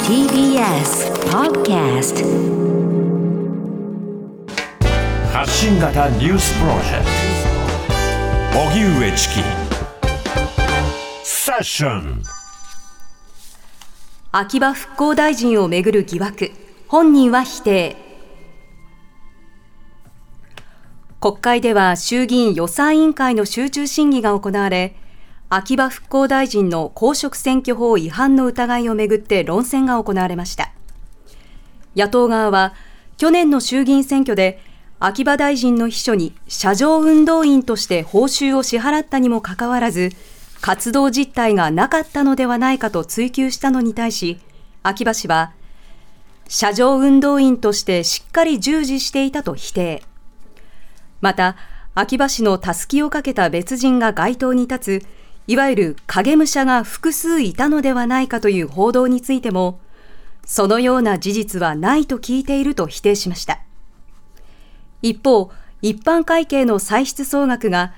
TBS Podcast 発信型ニュースプロジェクト荻上チキセッション。 秋葉復興大臣をめぐる疑惑、本人は否定。国会では衆議院予算委員会の集中審議が行われ、秋葉復興大臣の公職選挙法違反の疑いをめぐって論戦が行われました。野党側は去年の衆議院選挙で秋葉大臣の秘書に車上運動員として報酬を支払ったにもかかわらず、活動実態がなかったのではないかと追及したのに対し、秋葉氏は車上運動員としてしっかり従事していたと否定。また秋葉氏のたすきをかけた別人が街頭に立ついわゆる影武者が複数いたのではないかという報道についても、そのような事実はないと聞いていると否定しました。一方、一般会計の歳出総額が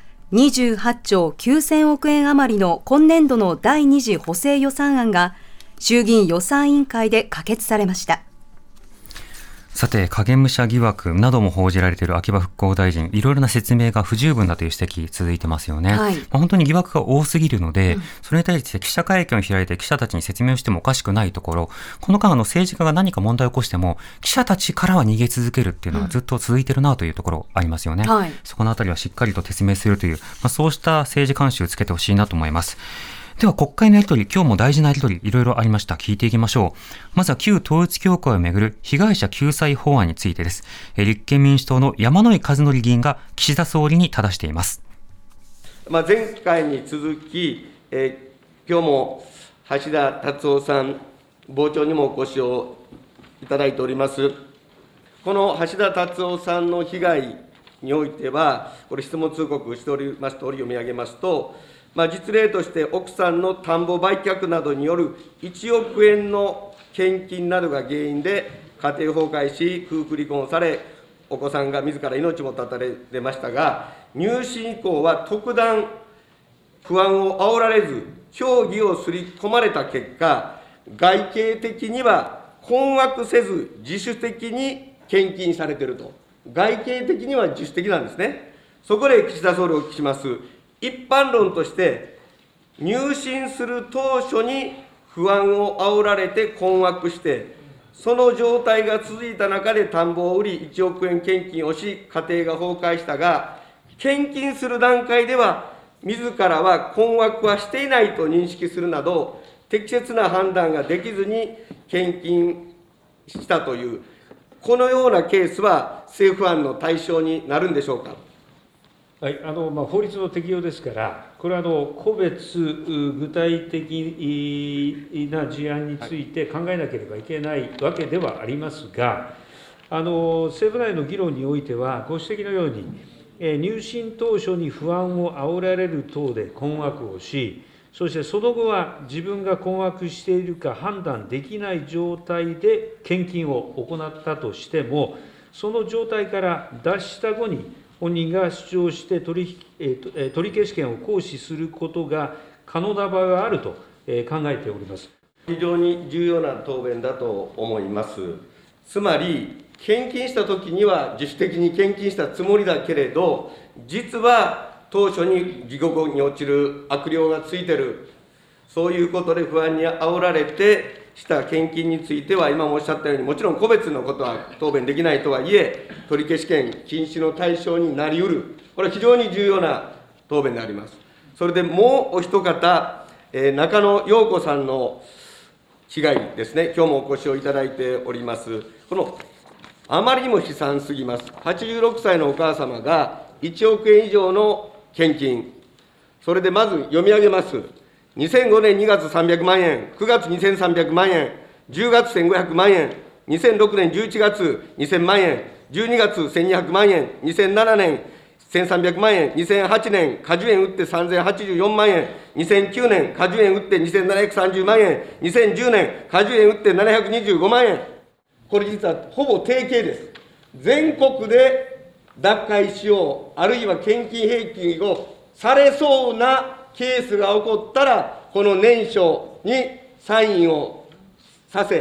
28兆9000億円余りの今年度の第2次補正予算案が衆議院予算委員会で可決されました。 さて、影武者疑惑なども報じられている秋葉復興大臣、いろいろな説明が不十分だという指摘続いてますよね。本当に疑惑が多すぎるので、それに対して記者会見を開いて記者たちに説明をしてもおかしくないところ、この間政治家が何か問題を起こしても記者たちからは逃げ続けるっていうのはずっと続いているなというところありますよね。そこのあたりはしっかりと説明するという、そうした政治監視をつけてほしいなと思います。では国会のやり取り、今日も大事なやり取りいろいろありました。聞いていきましょう。まずは旧統一教会をめぐる被害者救済法案についてです。立憲民主党の山井和則議員が岸田総理に正しています。 前回に続き、今日も橋田達夫さん傍聴にもお越しをいただいております。この橋田達夫さんの被害においては、これ質問通告しておりますとおり読み上げますと、実例として奥さんの田んぼ売却などによる1億円の献金などが原因で家庭崩壊し、夫婦離婚され、お子さんが自ら命も絶たれてましたが、入信以降は特段不安を煽られず、教義を刷り込まれた結果、外形的には困惑せず自主的に献金されていると。外形的には自主的なんですね。そこで岸田総理をお聞きします。一般論として、入信する当初に不安を煽られて困惑して、その状態が続いた中で田んぼを売り1億円献金をし、家庭が崩壊したが、献金する段階では、自らは困惑はしていないと認識するなど、適切な判断ができずに献金したという、このようなケースは政府案の対象になるんでしょうか。 法律の適用ですから、これは個別具体的な事案について考えなければいけないわけではありますが、政府内の議論においては、ご指摘のように、入信当初に不安を煽られる等で困惑をし、そしてその後は自分が困惑しているか判断できない状態で献金を行ったとしても、その状態から脱した後に、本人が主張して取消権を行使することが可能な場合があると考えております。 非常に重要な答弁だと思います。つまり、献金したときには自主的に献金したつもりだけれど、実は当初に地獄に落ちる悪霊がついている、そういうことで不安に煽られてした献金については、今もおっしゃったように、もちろん個別のことは答弁できないとはいえ、取消権禁止の対象になりうる、これは非常に重要な答弁であります。それでもうお一方、中野陽子さんの被害ですね、今日もお越しをいただいております。このあまりにも悲惨すぎます。86歳のお母様が1億円以上の献金、それでまず読み上げます。2005年2月300万円、9月2300万円、10月1500万円、2006年11月2000万円、12月1200万円、2007年1300万円、2008年果樹園売って3084万円、2009年果樹園売って2730万円、2010年果樹園売って725万円。これ実はほぼ定型です。全国で脱会しよう、あるいは献金返金をされそうなケースが起こったら、この念書にサインをさせ、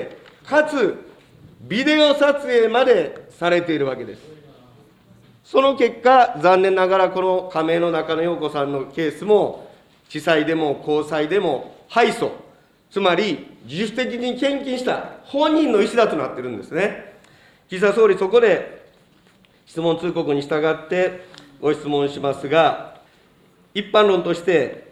かつビデオ撮影までされているわけです。その結果、残念ながらこの仮名の中野容子さんのケースも、地裁でも高裁でも敗訴、つまり自主的に献金した本人の意思だとなっているんですね。岸田総理、そこで質問通告に従ってご質問しますが、一般論として、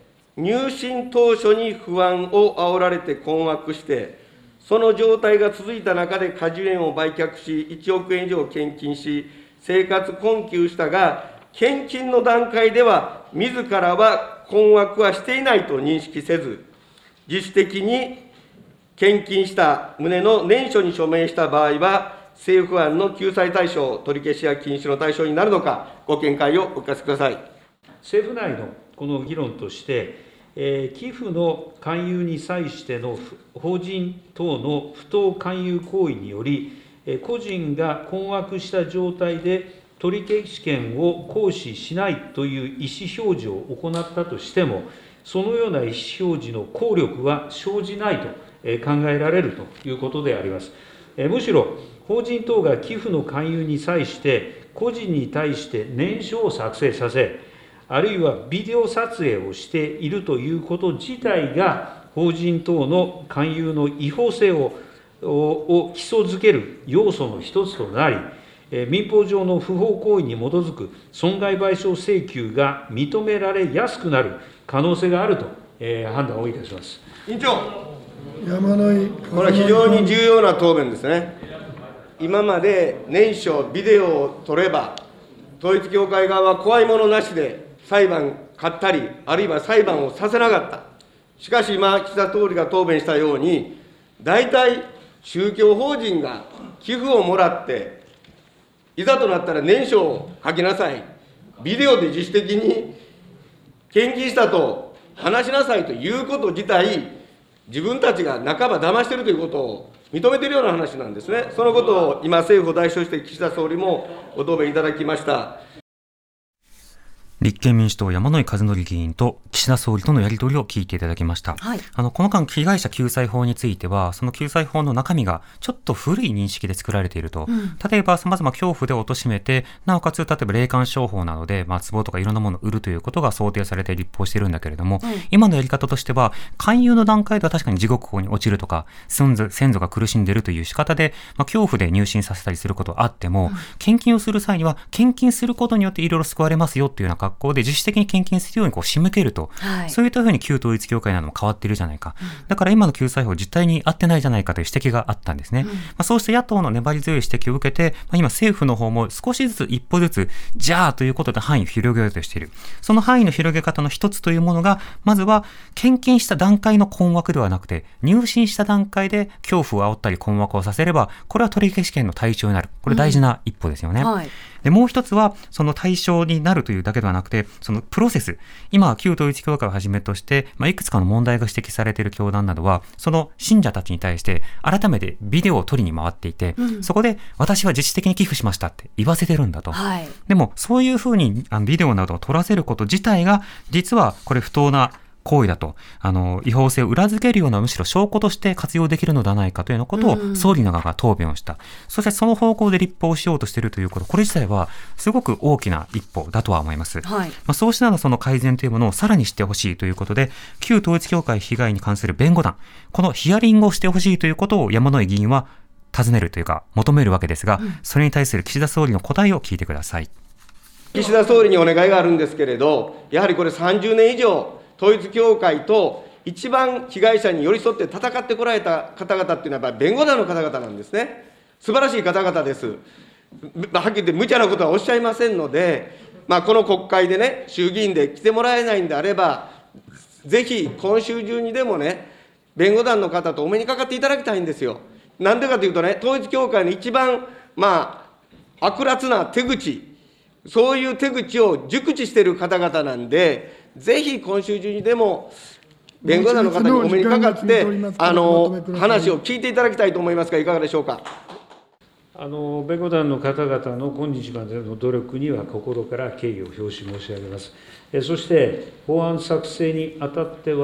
入信当初に不安を煽られて困惑して、その状態が続いた中で果樹園を売却し、1億円以上献金し、生活困窮したが、献金の段階では、自らは困惑はしていないと認識せず、自主的に献金した旨の念書に署名した場合は、政府案の救済対象、取り消しや禁止の対象になるのか、ご見解をお聞かせください。 政府内のこの議論として、寄付の勧誘に際しての法人等の不当勧誘行為により、個人が困惑した状態で取消権を行使しないという意思表示を行ったとしても、そのような意思表示の効力は生じないと考えられるということであります。むしろ、法人等が寄付の勧誘に際して、個人に対して念書を作成させ、あるいはビデオ撮影をしているということ自体が、法人等の勧誘の違法性を基礎づける要素の一つとなり、民法上の不法行為に基づく損害賠償請求が認められやすくなる可能性があると判断をいたします。 委員長、これは非常に重要な答弁ですね。今まで念書、ビデオを取れば、統一教会側は怖いものなしで裁判勝ったり、あるいは裁判をさせなかった。しかし今、岸田総理が答弁したように、大体宗教法人が寄付をもらって、いざとなったら念書を書きなさい、ビデオで自主的に献金したと話しなさいということ自体、自分たちが半ば騙しているということを認めているような話なんですね。そのことを今、政府を代表して岸田総理もご答弁いただきました。 立憲民主党山井和則議員と岸田総理とのやり取りを聞いていただきました。 はい、 この間、被害者救済法については、その救済法の中身がちょっと古い認識で作られていると。例えば、様々恐怖で貶めて、なおかつ、例えば霊感商法などで、壺とかいろんなものを売るということが想定されて立法しているんだけれども、今のやり方としては、勧誘の段階では確かに地獄法に落ちるとか、先祖が苦しんでいるという仕方で、恐怖で入信させたりすることはあっても、献金をする際には、献金することによっていろいろ救われますよというような格好で、自主的に献金するように仕向けると、そういったふうに旧統一教会なども変わっているじゃないか、だから今の救済法実態に合ってないじゃないかという指摘があったんですね。そうした野党の粘り強い指摘を受けて、今政府の方も少しずつ一歩ずつじゃあということで範囲を広げようとしている。その範囲の広げ方の一つというものが、まずは献金した段階の困惑ではなくて、入信した段階で恐怖を煽ったり困惑をさせれば、これは取消権の対象になる。これ大事な一歩ですよね。でもう一つは、その対象になるというだけではなくて、そのプロセス、今旧統一教会をはじめとして、いくつかの問題が指摘されている教団などは、その信者たちに対して改めてビデオを取りに回っていて、そこで私は自主的に寄付しましたって言わせてるんだと。でもそういうふうにビデオなどを撮らせること自体が、実はこれ不当な行為だと、違法性を裏付けるようなむしろ証拠として活用できるのではないかというようなことを総理の側が答弁をした。そしてその方向で立法しようとしているということ、これ自体はすごく大きな一歩だとは思います。そうしたその改善というものをさらにしてほしいということで、旧統一教会被害に関する弁護団、このヒアリングをしてほしいということを山井議員は尋ねるというか求めるわけですが、それに対する岸田総理の答えを聞いてください。 岸田総理にお願いがあるんですけれど、やはりこれ30年以上統一教会と一番被害者に寄り添って戦ってこられた方々っていうのはやっぱり弁護団の方々なんですね。素晴らしい方々です。はっきり言って無茶なことはおっしゃいませんので、この国会でね、衆議院で来てもらえないんであれば、ぜひ今週中にでもね、弁護団の方とお目にかかっていただきたいんですよ。なんでかというとね、統一教会の一番悪辣な手口、そういう手口を熟知している方々なんで、ぜひ今週中にでも弁護団の方にお目にかかって、話を聞いていただきたいと思いますが、いかがでしょうか。 弁護団の方々の今日までの努力には心から敬意を表し申し上げます。そして、法案作成にあたっては、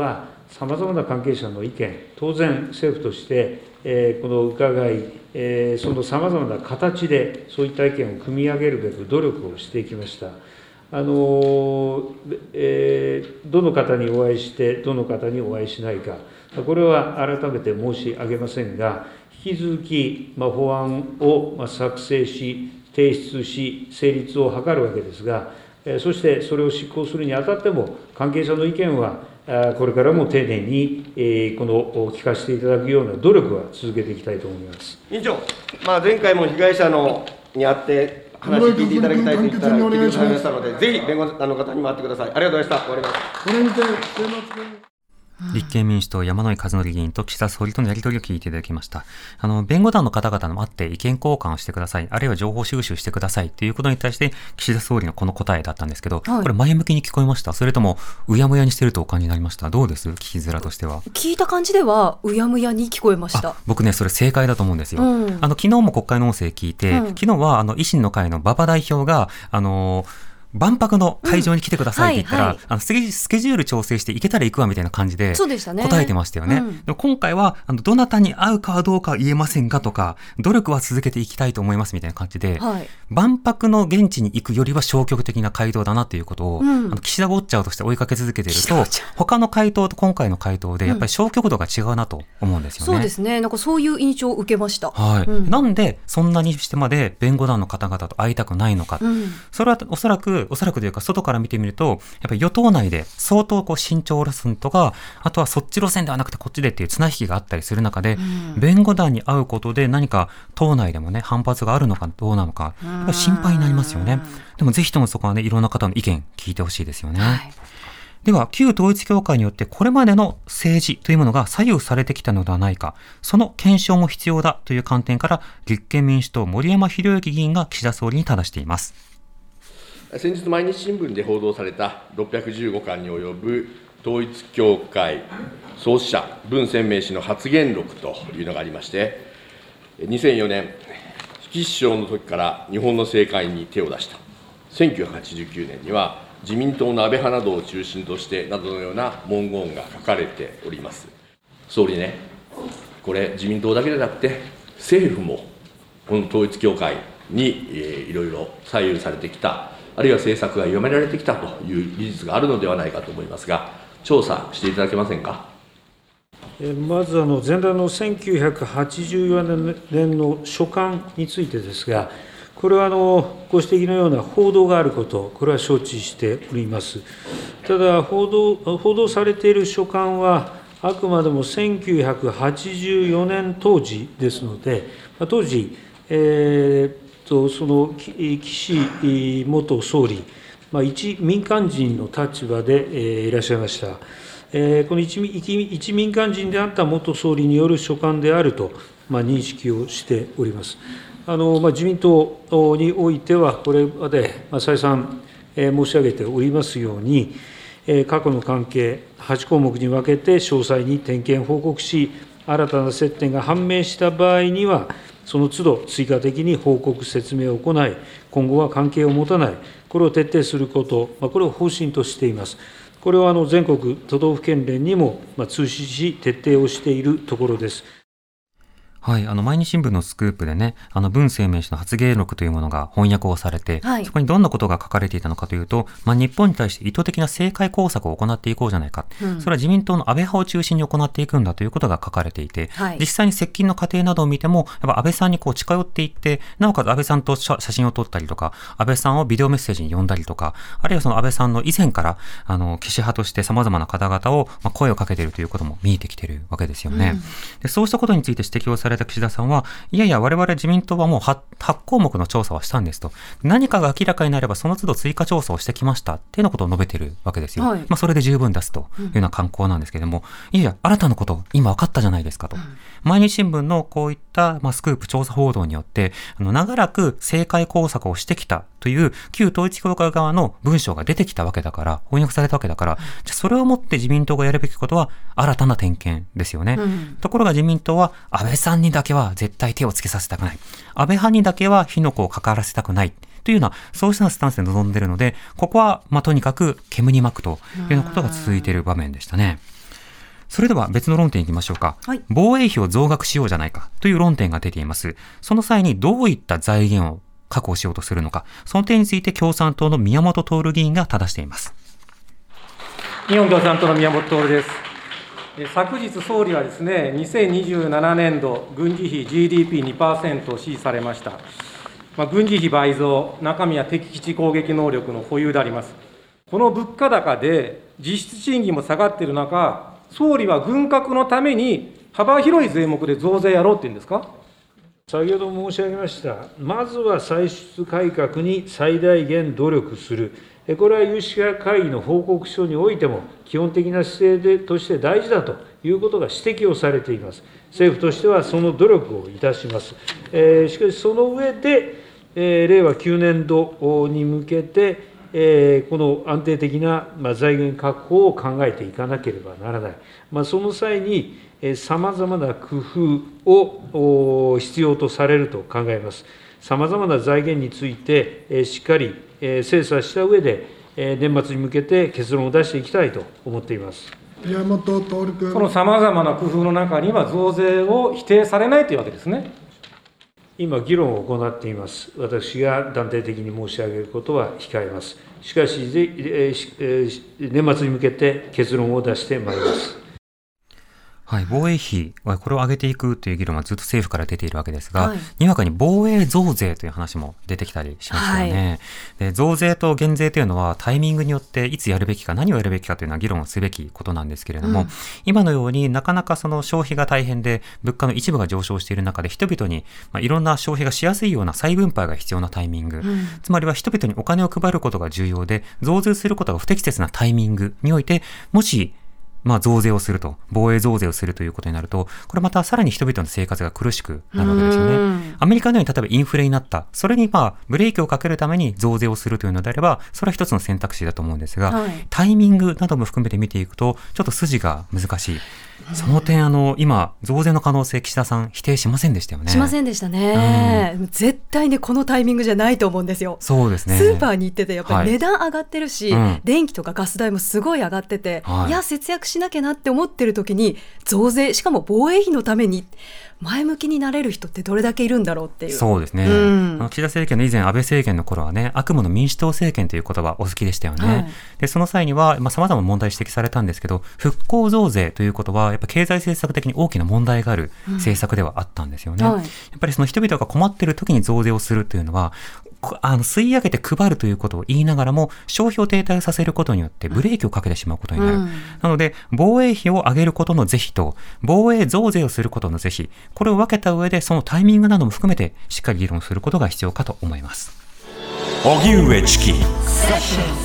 さまざまな関係者の意見、当然、政府として、この伺い、そのさまざまな形で、そういった意見を組み上げるべく努力をしてきました。どの方にお会いして、どの方にお会いしないか、これは改めて申し上げませんが、引き続き、法案を作成し、提出し、成立を図るわけですが、そしてそれを執行するにあたっても、関係者の意見は、これからも丁寧に聞かせていただくような努力は続けていきたいと思います。 委員長、前回も被害者に会って、話を聞いていただきたいと言ったら、聞いてくださいましたので、ぜひ弁護士の方にも会ってください。ありがとうございました。終わります。 これにて末松立憲民主党山井和則議員と岸田総理とのやり取りを聞いていただきました。弁護団の方々の会って意見交換をしてください、あるいは情報収集してくださいということに対して岸田総理のこの答えだったんですけど、これ前向きに聞こえました？それともうやむやにしているとお感じになりました？どうです？聞きづらとしては。 聞いた感じではうやむやに聞こえました。 僕ね、それ正解だと思うんですよ。昨日も国会の音声聞いて、昨日は維新の会の馬場代表が万博の会場に来てくださいって言ったら、スケジュール調整して行けたら行くわみたいな感じで答えてましたよね。でも今回はどなたに会うかはどうかは言えませんかとか、努力は続けていきたいと思いますみたいな感じで、万博の現地に行くよりは消極的な回答だなということを、岸田ウォッチャーとして追いかけ続けていると、他の回答と今回の回答でやっぱり消極度が違うなと思うんですよね。 そうですね。なんかそういう印象を受けました。 なんでそんなにしてまで弁護団の方々と会いたくないのか。それはおそらくというか外から見てみると、やっぱり与党内で相当慎重路線とか、あとはそっち路線ではなくてこっちでっていう綱引きがあったりする中で、弁護団に会うことで何か党内でもね反発があるのかどうなのか、やっぱり心配になりますよね。でもぜひともそこはね、いろんな方の意見聞いてほしいですよね。では旧統一教会によってこれまでの政治というものが左右されてきたのではないか、その検証も必要だという観点から立憲民主党森山裕之議員が岸田総理に正しています。 先日毎日新聞で報道された615巻に及ぶ統一教会創始者文鮮明氏の発言録というのがありまして、2004年岸首相の時から日本の政界に手を出した。1989年には自民党の安倍派などを中心としてなどのような文言が書かれております。総理ね、これ自民党だけでなくて政府もこの統一教会にいろいろ左右されてきた、あるいは政策が読められてきたという事実があるのではないかと思いますが、調査していただけませんか。 まず前段の1984年の書簡についてですが、これはご指摘のような報道があること、これは承知しております。ただ報道されている書簡は、あくまでも1984年当時ですので、当時、その岸元総理、一民間人の立場でいらっしゃいました。この一民間人であった元総理による書簡であると認識をしております。自民党においては、これまで再三申し上げておりますように、過去の関係、8項目に分けて詳細に点検報告し、新たな接点が判明した場合には、その都度追加的に報告、説明を行い、今後は関係を持たない、これを徹底すること、これを方針としています。これは全国都道府県連にも通知し、徹底をしているところです。 はい、毎日新聞のスクープでね、文鮮明氏の発言録というものが翻訳をされて、そこにどんなことが書かれていたのかというと、日本に対して意図的な政界工作を行っていこうじゃないか、それは自民党の安倍派を中心に行っていくんだということが書かれていて、実際に接近の過程などを見ても、やっぱ安倍さんに近寄っていって、なおかつ安倍さんと写真を撮ったりとか、安倍さんをビデオメッセージに呼んだりとか、あるいはその安倍さんの以前から岸派として様々な方々を声をかけているということも見えてきているわけですよね。でそうしたことについて指摘をされた岸田さんは、いやいや我々自民党はもう 8項目の調査はしたんですと、何かが明らかになればその都度追加調査をしてきましたっていうようなことを述べているわけですよ。それで十分ですというような観光なんですけれども、いやいや新たなこと今分かったじゃないですかと、毎日新聞のこういったスクープ調査報道によって長らく政界工作をしてきたという旧統一教会側の文章が出てきたわけだから、翻訳されたわけだから、じゃあそれをもって自民党がやるべきことは新たな点検ですよね。ところが自民党は安倍さんにだけは絶対手をつけさせたくない、安倍派にだけは火の粉をかからせたくないというような、そうしたスタンスで臨んでいるので、ここはとにかく煙に巻くというようなことが続いている場面でしたね。 それでは別の論点いきましょうか、はい、防衛費を増額しようじゃないかという論点が出ています。その際にどういった財源を確保しようとするのか、その点について共産党の宮本徹議員が正しています。 日本共産党の宮本徹です。昨日総理はですね、2027年度軍事費 GDP2% を指示されました。軍事費倍増、中身は敵基地攻撃能力の保有であります。この物価高で実質賃金も下がっている中、総理は軍拡のために幅広い税目で増税やろうっていうんですか。 先ほど申し上げました、まずは歳出改革に最大限努力する、これは有識者会議の報告書においても、基本的な姿勢として大事だということが指摘をされています。政府としてはその努力をいたします。しかし、その上で、令和9年度に向けて、この安定的な財源確保を考えていかなければならない、その際にさまざまな工夫を必要とされると考えます。さまざまな財源について、しっかり精査した上で、年末に向けて結論を出していきたいと思っています。 宮本徹君。 そのさまざまな工夫の中には、増税を否定されないというわけですね。 今、議論を行っています。私が断定的に申し上げることは控えます。しかし、年末に向けて結論を出してまいります。 はい、防衛費はこれを上げていくという議論はずっと政府から出ているわけですが、にわかに防衛増税という話も出てきたりしましたよね。で、増税と減税というのはタイミングによっていつやるべきか何をやるべきかというのは議論をすべきことなんですけれども、今のようになかなかその消費が大変で物価の一部が上昇している中で人々にいろんな消費がしやすいような再分配が必要なタイミング、つまりは人々にお金を配ることが重要で増税することが不適切なタイミングにおいて、もし増税をすると、防衛増税をするということになると、これまたさらに人々の生活が苦しくなるわけですよね。アメリカのように例えばインフレになった、それにブレーキをかけるために増税をするというのであれば、それは一つの選択肢だと思うんですが、タイミングなども含めて見ていくと、ちょっと筋が難しい。その点、今、増税の可能性、岸田さん、否定しませんでしたよね。 しませんでしたね。絶対にこのタイミングじゃないと思うんですよ。 そうですね。 スーパーに行ってて、やっぱり値段上がってるし、電気とかガス代もすごい上がってて、いや、節約しなきゃなって思ってる時に、増税、しかも防衛費のために、前向きになれる人ってどれだけいるんだろうっていう。 そうですね。岸田政権の以前、安倍政権の頃はね、悪夢の民主党政権という言葉お好きでしたよね。で、その際には、様々な問題指摘されたんですけど、復興増税ということは、やっぱ経済政策的に大きな問題がある政策ではあったんですよね。やっぱりその人々が困っている時に増税をするというのは、吸い上げて配るということを言いながらも、消費を停滞させることによってブレーキをかけてしまうことになる。なので、防衛費を上げることの是非と、防衛増税をすることの是非、これを分けた上で、そのタイミングなども含めて、しっかり議論することが必要かと思います。 荻上チキ